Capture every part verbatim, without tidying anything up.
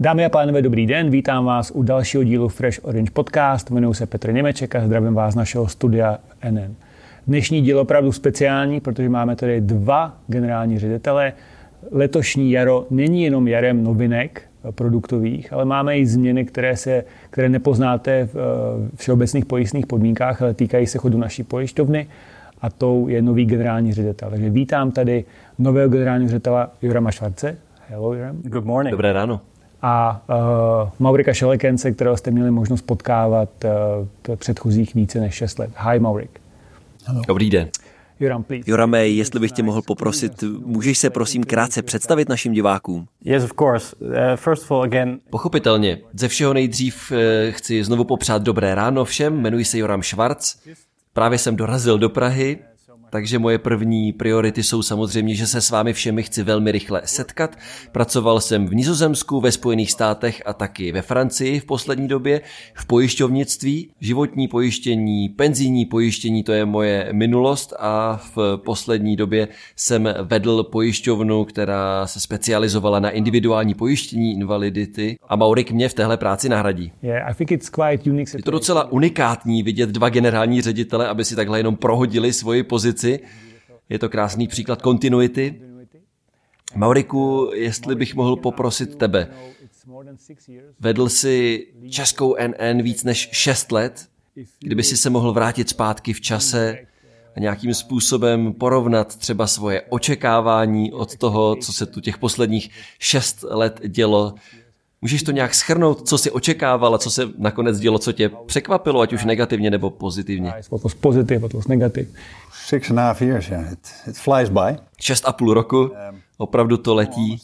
Dámy a pánové, dobrý den, vítám vás u dalšího dílu Fresh Orange Podcast. Jmenuji se Petr Němeček a zdravím vás z našeho studia N N. Dnešní díl je opravdu speciální, protože máme tady dva generální ředitele. Letošní jaro není jenom jarem novinek produktových, ale máme i změny, které, se, které nepoznáte v všeobecných pojistných podmínkách, ale týkají se chodu naší pojišťovny a tou je nový generální ředitel. Takže vítám tady nového generálního ředitele Jorama Švarce. Hello, Joram. Good morning. Dobré ráno. A uh, Maurika Šelekence, kterého jste měli možnost potkávat uh, předchozích více než šest let. Hi, Maurik. Hello. Dobrý den. Joram, please. Jorame, jestli bych tě mohl poprosit, můžeš se prosím krátce představit našim divákům? Yes, of course. Uh, first of all, again... Pochopitelně. Ze všeho nejdřív uh, chci znovu popřát dobré ráno všem. Jmenuji se Joram Švarc. Právě jsem dorazil do Prahy, takže moje první priority jsou samozřejmě, že se s vámi všemi chci velmi rychle setkat. Pracoval jsem v Nizozemsku, ve Spojených státech a taky ve Francii v poslední době v pojišťovnictví. Životní pojištění, penzijní pojištění, to je moje minulost a v poslední době jsem vedl pojišťovnu, která se specializovala na individuální pojištění invalidity a Maurik mě v téhle práci nahradí. Yeah, I think it's quite unique. Je to docela unikátní vidět dva generální ředitele, aby si takhle jenom prohodili svoji pozici. Je to krásný příklad kontinuity. Mauriku, jestli bych mohl poprosit tebe. Vedl jsi českou N N víc než šest let. Kdyby si se mohl vrátit zpátky v čase a nějakým způsobem porovnat třeba svoje očekávání od toho, co se tu těch posledních šest let dělo. Můžeš to nějak shrnout, co jsi očekával a co se nakonec dělo, co tě překvapilo, ať už negativně nebo pozitivně? What was positive, what was negative? Six and a half years, yeah. It, it flies by. Šest a půl roku, opravdu to letí.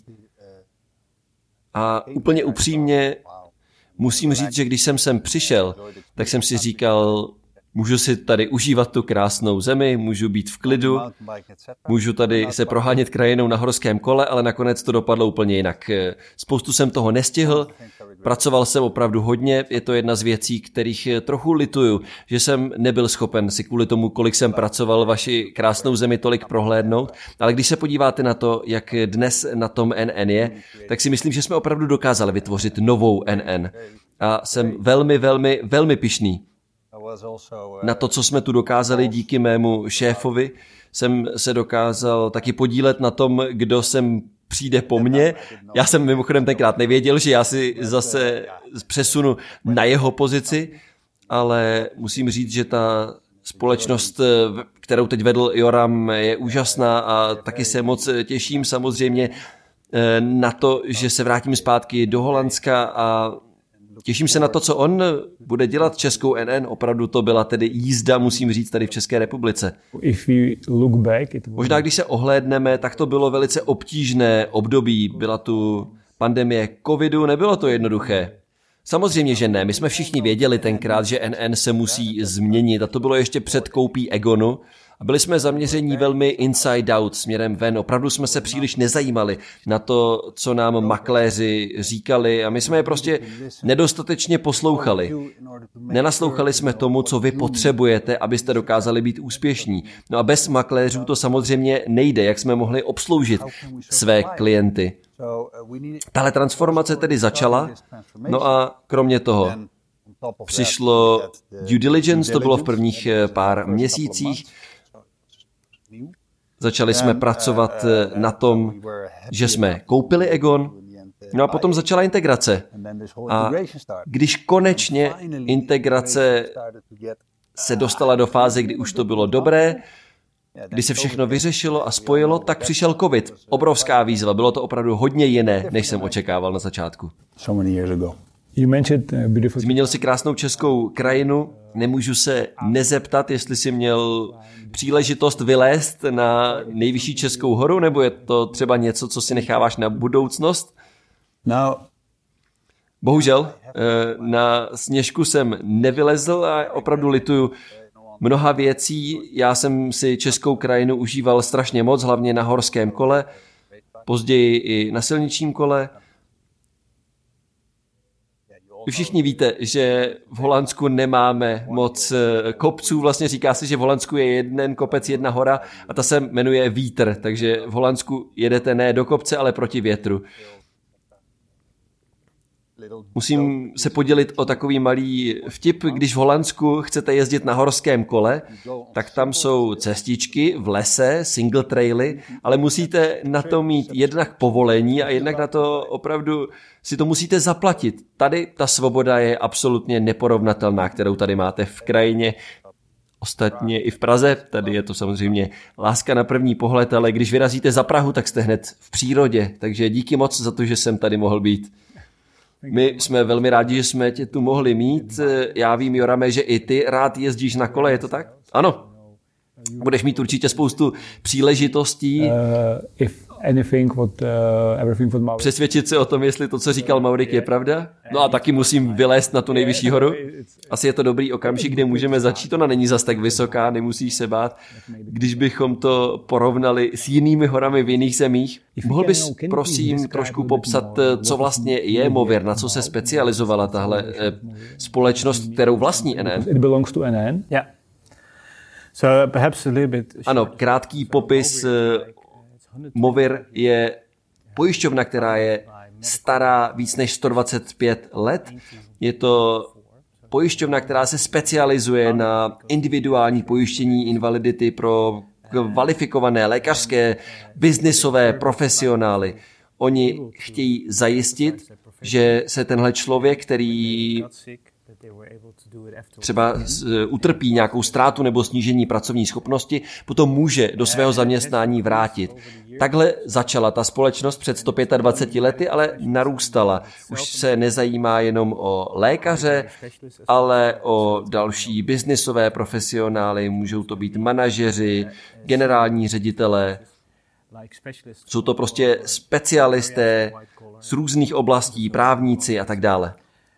A úplně upřímně musím říct, že když jsem sem přišel, tak jsem si říkal, můžu si tady užívat tu krásnou zemi, můžu být v klidu, můžu tady se prohánět krajinou na horském kole, ale nakonec to dopadlo úplně jinak. Spoustu jsem toho nestihl, pracoval jsem opravdu hodně, je to jedna z věcí, kterých trochu lituju, že jsem nebyl schopen si kvůli tomu, kolik jsem pracoval, vaši krásnou zemi tolik prohlédnout, ale když se podíváte na to, jak dnes na tom N N je, tak si myslím, že jsme opravdu dokázali vytvořit novou N N. A jsem velmi, velmi, velmi pyšný na to, co jsme tu dokázali díky mému šéfovi. Jsem se dokázal taky podílet na tom, kdo sem přijde po mně. Já jsem mimochodem tenkrát nevěděl, že já si zase přesunu na jeho pozici, ale musím říct, že ta společnost, kterou teď vedl Joram, je úžasná a taky se moc těším samozřejmě na to, že se vrátím zpátky do Holandska a těším se na to, co on bude dělat českou N N. Opravdu to byla tedy jízda, musím říct, tady v České republice. If we look back, it was... Možná, když se ohlédneme, tak to bylo velice obtížné období. Byla tu pandemie covidu, nebylo to jednoduché. Samozřejmě, že ne. My jsme všichni věděli tenkrát, že N N se musí změnit a to bylo ještě před koupí Egonu. A byli jsme zaměření velmi inside out, směrem ven. Opravdu jsme se příliš nezajímali na to, co nám makléři říkali a my jsme je prostě nedostatečně poslouchali. Nenaslouchali jsme tomu, co vy potřebujete, abyste dokázali být úspěšní. No a bez makléřů to samozřejmě nejde, jak jsme mohli obsloužit své klienty. Tahle transformace tedy začala, no a kromě toho přišlo due diligence, to bylo v prvních pár měsících. Začali jsme pracovat na tom, že jsme koupili Egon, no a potom začala integrace. A když konečně integrace se dostala do fáze, kdy už to bylo dobré, kdy se všechno vyřešilo a spojilo, tak přišel covid. Obrovská výzva, bylo to opravdu hodně jiné, než jsem očekával na začátku. Zmínil si krásnou českou krajinu, nemůžu se nezeptat, jestli jsi měl příležitost vylézt na nejvyšší českou horu, nebo je to třeba něco, co si necháváš na budoucnost? Bohužel, na Sněžku jsem nevylezl a opravdu lituju mnoha věcí. Já jsem si českou krajinu užíval strašně moc, hlavně na horském kole, později i na silničním kole. Vy všichni víte, že v Holandsku nemáme moc kopců, vlastně říká se, že v Holandsku je jeden kopec, jedna hora a ta se jmenuje vítr, takže v Holandsku jedete ne do kopce, ale proti větru. Musím se podělit o takový malý vtip. Když v Holandsku chcete jezdit na horském kole, tak tam jsou cestičky v lese, single traily, ale musíte na to mít jednak povolení a jednak na to opravdu si to musíte zaplatit. Tady ta svoboda je absolutně neporovnatelná, kterou tady máte v krajině. Ostatně i v Praze, tady je to samozřejmě láska na první pohled, ale když vyrazíte za Prahu, tak jste hned v přírodě. Takže díky moc za to, že jsem tady mohl být. My jsme velmi rádi, že jsme tě tu mohli mít. Já vím, Jorame, že i ty rád jezdíš na kole, je to tak? Ano. Budeš mít určitě spoustu příležitostí. Uh, if anything, what, uh, everything what Maurik... Přesvědčit se o tom, jestli to, co říkal Maurik, je pravda. No a taky musím vylézt na tu nejvyšší horu. Asi je to dobrý okamžik, kde můžeme začít. Ona není zas tak vysoká, nemusíš se bát. Když bychom to porovnali s jinými horami v jiných zemích, mohl bys prosím trošku popsat, co vlastně je Movir, na co se specializovala tahle společnost, kterou vlastní N N? It belongs to N N? Yeah. So perhaps a little bit. Ano, krátký popis. Movir je pojišťovna, která je stará víc než sto dvacet pět let. Je to pojišťovna, která se specializuje na individuální pojištění invalidity pro kvalifikované lékařské, biznisové profesionály. Oni chtějí zajistit, že se tenhle člověk, který třeba utrpí nějakou ztrátu nebo snížení pracovní schopnosti, potom může do svého zaměstnání vrátit. Takhle začala ta společnost před sto dvaceti pěti lety, ale narůstala. Už se nezajímá jenom o lékaře, ale o další biznisové profesionály, můžou to být manažeři, generální ředitelé. Jsou to prostě specialisté z různých oblastí, právníci a tak dále.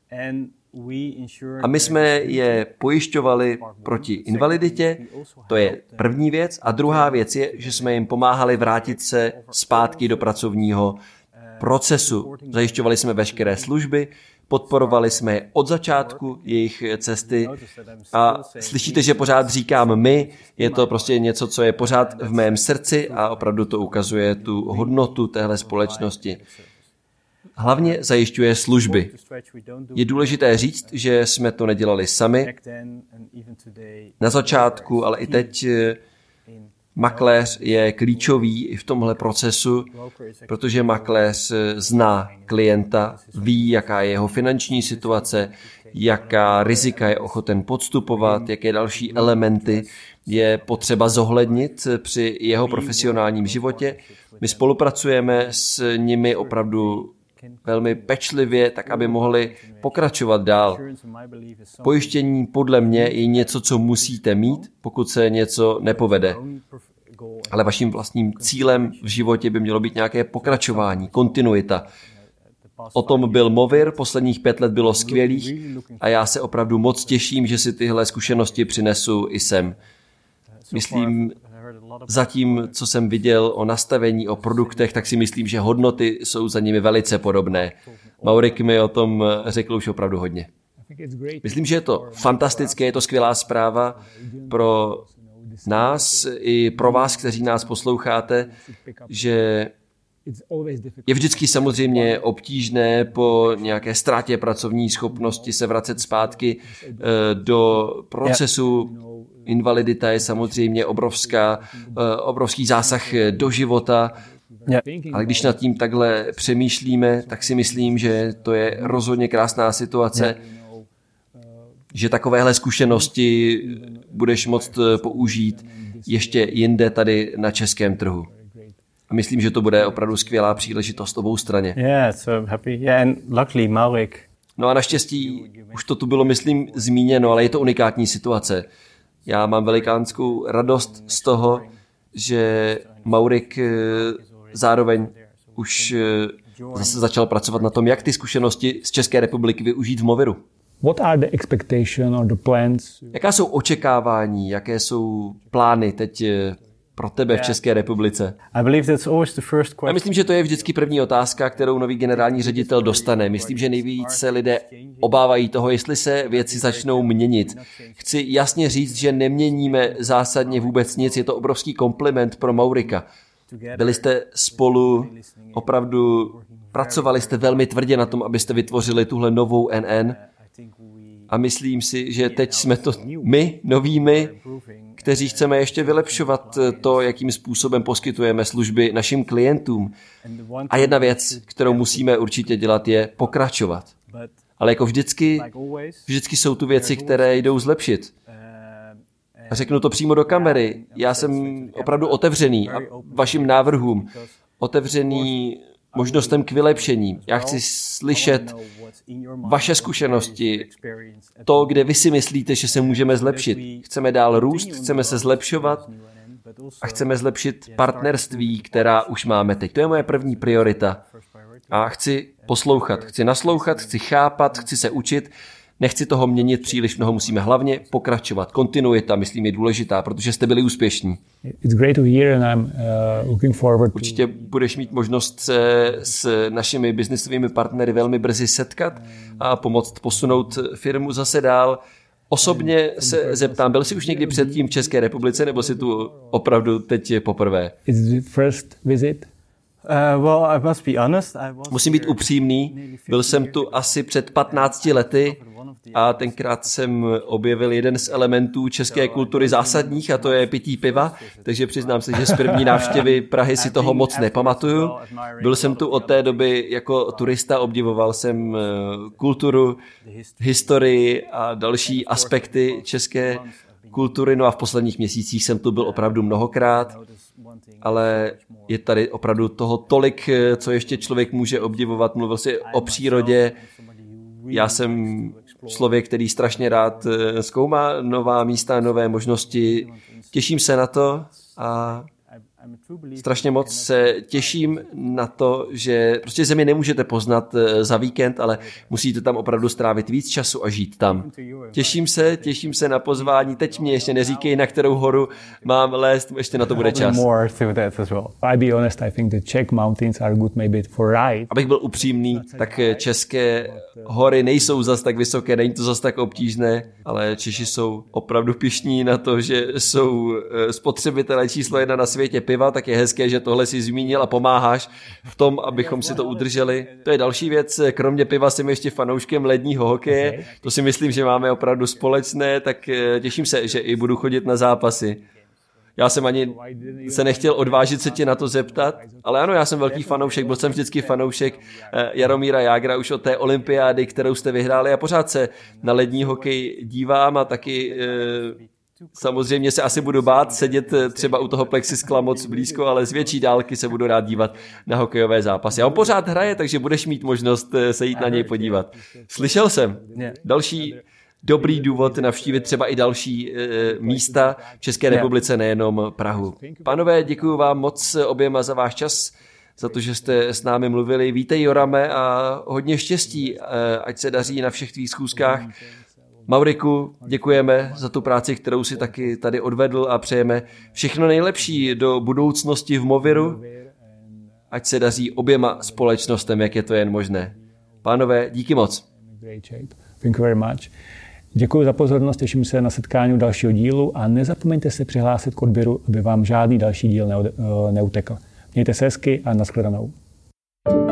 A my jsme je pojišťovali proti invaliditě, to je první věc. A druhá věc je, že jsme jim pomáhali vrátit se zpátky do pracovního procesu. Zajišťovali jsme veškeré služby, podporovali jsme je od začátku jejich cesty a slyšíte, že pořád říkám my, je to prostě něco, co je pořád v mém srdci a opravdu to ukazuje tu hodnotu téhle společnosti. Hlavně zajišťuje služby. Je důležité říct, že jsme to nedělali sami. Na začátku, ale i teď makléř je klíčový i v tomhle procesu, protože makléř zná klienta, ví, jaká je jeho finanční situace, jaká rizika je ochoten podstupovat, jaké další elementy je potřeba zohlednit při jeho profesionálním životě. My spolupracujeme s nimi opravdu velmi pečlivě, tak aby mohli pokračovat dál. Pojištění podle mě je něco, co musíte mít, pokud se něco nepovede. Ale vaším vlastním cílem v životě by mělo být nějaké pokračování, kontinuita. O tom byl Movir, posledních pět let bylo skvělých a já se opravdu moc těším, že si tyhle zkušenosti přinesu i sem. Myslím, zatím, co jsem viděl o nastavení, o produktech, tak si myslím, že hodnoty jsou za nimi velice podobné. Maurik mi o tom řekl už opravdu hodně. Myslím, že je to fantastické, je to skvělá zpráva pro nás i pro vás, kteří nás posloucháte, že je vždycky samozřejmě obtížné po nějaké ztrátě pracovní schopnosti se vracet zpátky do procesu. Invalidita je samozřejmě obrovská, obrovský zásah do života, ale když nad tím takhle přemýšlíme, tak si myslím, že to je rozhodně krásná situace, že takovéhle zkušenosti budeš moct použít ještě jinde tady na českém trhu. A myslím, že to bude opravdu skvělá příležitost obou straně. Yeah, so happy. Yeah, and luckily Maurik. No a naštěstí, už to tu bylo, myslím, zmíněno, ale je to unikátní situace. Já mám velikánskou radost z toho, že Maurik zároveň už zase začal pracovat na tom, jak ty zkušenosti z České republiky využít v Moviru. What are the expectations or the plans? Jaká jsou očekávání, jaké jsou plány teď pro tebe v České republice? Já myslím, že to je vždycky první otázka, kterou nový generální ředitel dostane. Myslím, že nejvíc se lidé obávají toho, jestli se věci začnou měnit. Chci jasně říct, že neměníme zásadně vůbec nic. Je to obrovský kompliment pro Maurika. Byli jste spolu opravdu Pracovali jste velmi tvrdě na tom, abyste vytvořili tuhle novou N N. A myslím si, že teď jsme to my, novými, kteří chceme ještě vylepšovat to, jakým způsobem poskytujeme služby našim klientům. A jedna věc, kterou musíme určitě dělat, je pokračovat. Ale jako vždycky, vždycky jsou tu věci, které jdou zlepšit. A řeknu to přímo do kamery. Já jsem opravdu otevřený a vašim návrhům. Otevřený možnostem k vylepšení. Já chci slyšet vaše zkušenosti, to, kde vy si myslíte, že se můžeme zlepšit. Chceme dál růst, chceme se zlepšovat a chceme zlepšit partnerství, která už máme teď. To je moje první priorita. A chci poslouchat, chci naslouchat, chci chápat, chci se učit. Nechci toho měnit příliš mnoho, musíme hlavně pokračovat. Kontinuita, myslím, je důležitá, protože jste byli úspěšní. It's great to hear and I'm uh, looking forward to... Určitě budeš mít možnost se s našimi biznisovými partnery velmi brzy setkat a pomoct posunout firmu zase dál. Osobně se zeptám, byl jsi už někdy předtím v České republice, nebo jsi tu opravdu teď poprvé? It's the first visit? Uh, well, I must be honest. I was Musím být upřímný, byl jsem tu asi před patnácti lety a tenkrát jsem objevil jeden z elementů české kultury zásadních a to je pití piva, takže přiznám se, že z první návštěvy Prahy si toho moc nepamatuju. Byl jsem tu od té doby jako turista, obdivoval jsem kulturu, historii a další aspekty české kultury, no a v posledních měsících jsem tu byl opravdu mnohokrát, ale je tady opravdu toho tolik, co ještě člověk může obdivovat. Mluvil si o přírodě. Já jsem člověk, který strašně rád zkoumá nová místa, nové možnosti. Těším se na to a strašně moc se těším na to, že prostě zemi nemůžete poznat za víkend, ale musíte tam opravdu strávit víc času a žít tam. Těším se, těším se na pozvání. Teď mě ještě neříkej, na kterou horu mám lézt, ještě na to bude čas. Abych byl upřímný, tak české hory nejsou zas tak vysoké, není to zas tak obtížné, ale Češi jsou opravdu pyšní na to, že jsou spotřebitelé číslo jedna na světě piva, tak je hezké, že tohle si zmínil a pomáháš v tom, abychom si to udrželi. To je další věc, kromě piva jsem ještě fanouškem ledního hokeje, to si myslím, že máme opravdu společné, tak těším se, že i budu chodit na zápasy. Já jsem ani se nechtěl odvážit se tě na to zeptat, ale ano, já jsem velký fanoušek, byl jsem vždycky fanoušek Jaromíra Jágra už od té olympiády, kterou jste vyhráli a pořád se na lední hokej dívám a taky samozřejmě se asi budu bát sedět třeba u toho plexiskla moc blízko, ale z větší dálky se budu rád dívat na hokejové zápasy. A on pořád hraje, takže budeš mít možnost se jít na něj podívat. Slyšel jsem. Další dobrý důvod navštívit třeba i další e, místa v České republice, nejenom Prahu. Pánové, děkuji vám moc oběma za váš čas, za to, že jste s námi mluvili. Vítej, Jorame, a hodně štěstí, e, ať se daří na všech tvých schůzkách. Mauriku, děkujeme za tu práci, kterou si taky tady odvedl a přejeme všechno nejlepší do budoucnosti v Moviru. Ať se daří oběma společnostem, jak je to jen možné. Pánové, díky moc. Thank you very much. Děkuji za pozornost, těším se na setkání dalšího dílu a nezapomeňte se přihlásit k odběru, aby vám žádný další díl neutekl. Mějte se hezky a nashledanou.